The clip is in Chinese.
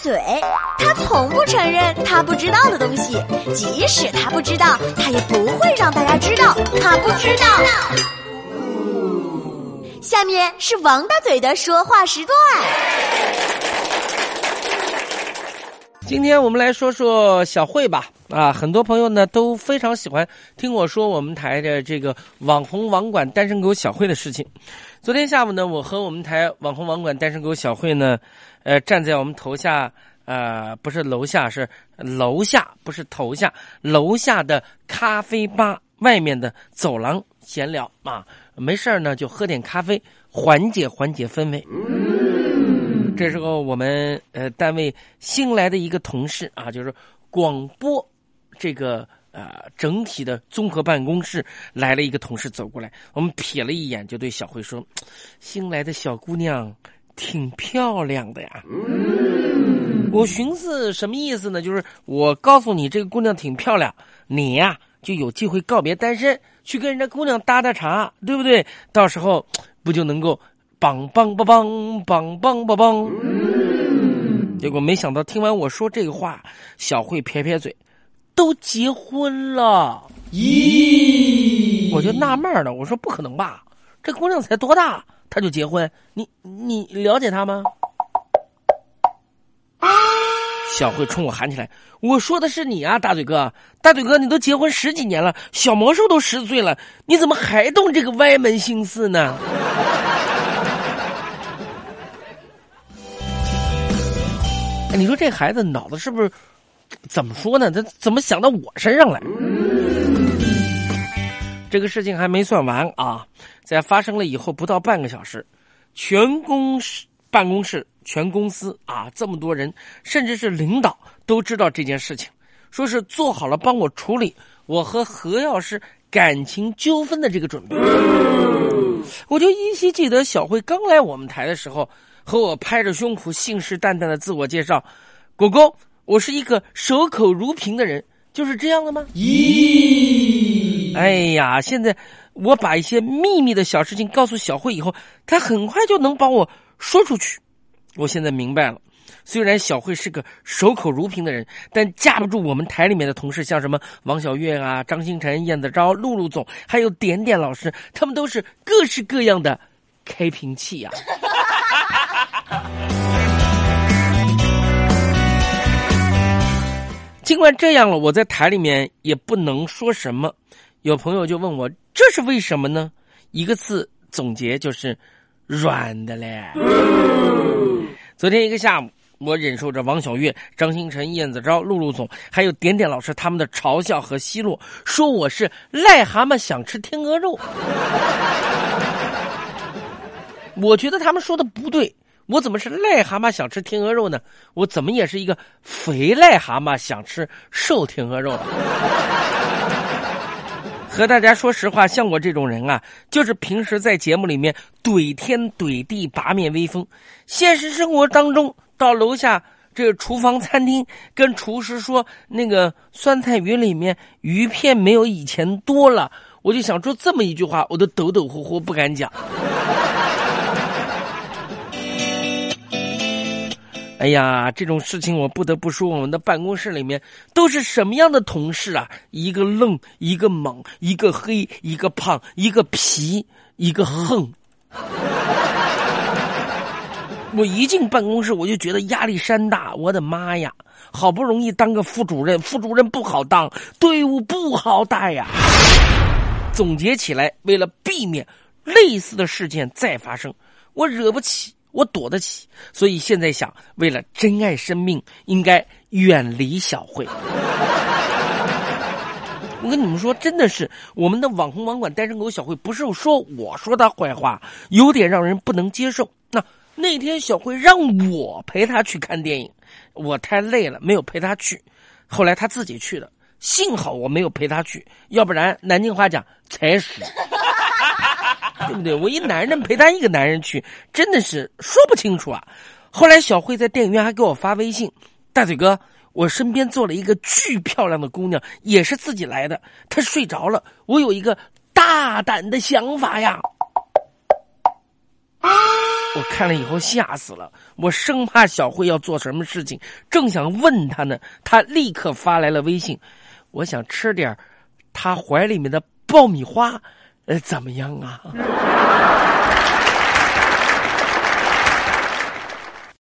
嘴，他从不承认他不知道的东西，即使他不知道，他也不会让大家知道他不知道。下面是王大嘴的说话时段。 今天我们来说说小慧吧。很多朋友呢都非常喜欢听我说我们台的这个网红网管单身狗小慧的事情。昨天下午呢，我和我们台网红网管单身狗小慧呢，站在我们头下，不是楼下，是楼下，不是头下，楼下的咖啡吧外面的走廊闲聊啊，没事呢就喝点咖啡，缓解氛围。这时候我们单位新来的一个同事啊，就是广播这个整体的综合办公室来了一个同事走过来，我们瞥了一眼就对小慧说，新来的小姑娘挺漂亮的呀。我寻思什么意思呢，就是我告诉你这个姑娘挺漂亮，你呀就有机会告别单身，去跟人家姑娘搭搭茬，对不对？到时候不就能够棒棒棒棒棒棒棒棒。结果没想到听完我说这个话，小慧撇撇嘴，都结婚了。咦，我就纳闷了，我说不可能吧，这姑娘才多大她就结婚，你了解她吗？小慧冲我喊起来，我说的是你啊，大嘴哥，你都结婚10几年了，小魔兽都10岁了，你怎么还动这个歪门心思呢？你说这孩子脑子是不是怎么说呢？他怎么想到我身上来？这个事情还没算完啊，在发生了以后不到半个小时，全办公室全公司啊，这么多人甚至是领导都知道这件事情，说是做好了帮我处理我和何药师感情纠纷的这个准备。我就依稀记得小慧刚来我们台的时候和我拍着胸脯信誓旦旦的自我介绍，狗狗，我是一个守口如瓶的人，就是这样的吗？咦，哎呀，现在我把一些秘密的小事情告诉小慧以后，她很快就能帮我说出去。我现在明白了，虽然小慧是个守口如瓶的人，但架不住我们台里面的同事，像什么王小月啊、张星辰、燕子昭、露露总，还有点点老师，他们都是各式各样的开瓶器啊。尽管这样了，我在台里面也不能说什么。有朋友就问我，这是为什么呢？一个字总结就是软的嘞。昨天一个下午，我忍受着王小月、张星辰、燕子昭、露露总还有点点老师他们的嘲笑和奚落，说我是癞蛤蟆想吃天鹅肉。我觉得他们说的不对，我怎么是癞蛤蟆想吃天鹅肉呢？我怎么也是一个肥癞蛤蟆想吃瘦天鹅肉了。和大家说实话，像我这种人啊，就是平时在节目里面怼天怼地八面威风，现实生活当中到楼下这个厨房餐厅跟厨师说那个酸菜鱼里面鱼片没有以前多了，我就想说这么一句话我都抖抖呼呼不敢讲。哎呀，这种事情我不得不说，我们的办公室里面都是什么样的同事啊？一个愣，一个猛，一个黑，一个胖，一个皮，一个横。我一进办公室我就觉得压力山大，我的妈呀，好不容易当个副主任不好当，队伍不好带呀。总结起来，为了避免类似的事件再发生，我惹不起，我躲得起，所以现在想，为了珍爱生命，应该远离小慧。我跟你们说，真的是我们的网红网管单身狗小慧，不是说我说她坏话，有点让人不能接受。那天小慧让我陪她去看电影，我太累了没有陪她去，后来她自己去的，幸好我没有陪她去，要不然南京话讲才死。对不对？我一男人陪他一个男人去，真的是说不清楚啊。后来小慧在电影院还给我发微信，大嘴哥，我身边坐了一个巨漂亮的姑娘，也是自己来的，她睡着了，我有一个大胆的想法呀。 我看了以后吓死了，我生怕小慧要做什么事情，正想问她呢，她立刻发来了微信，我想吃点她怀里面的爆米花，怎么样啊？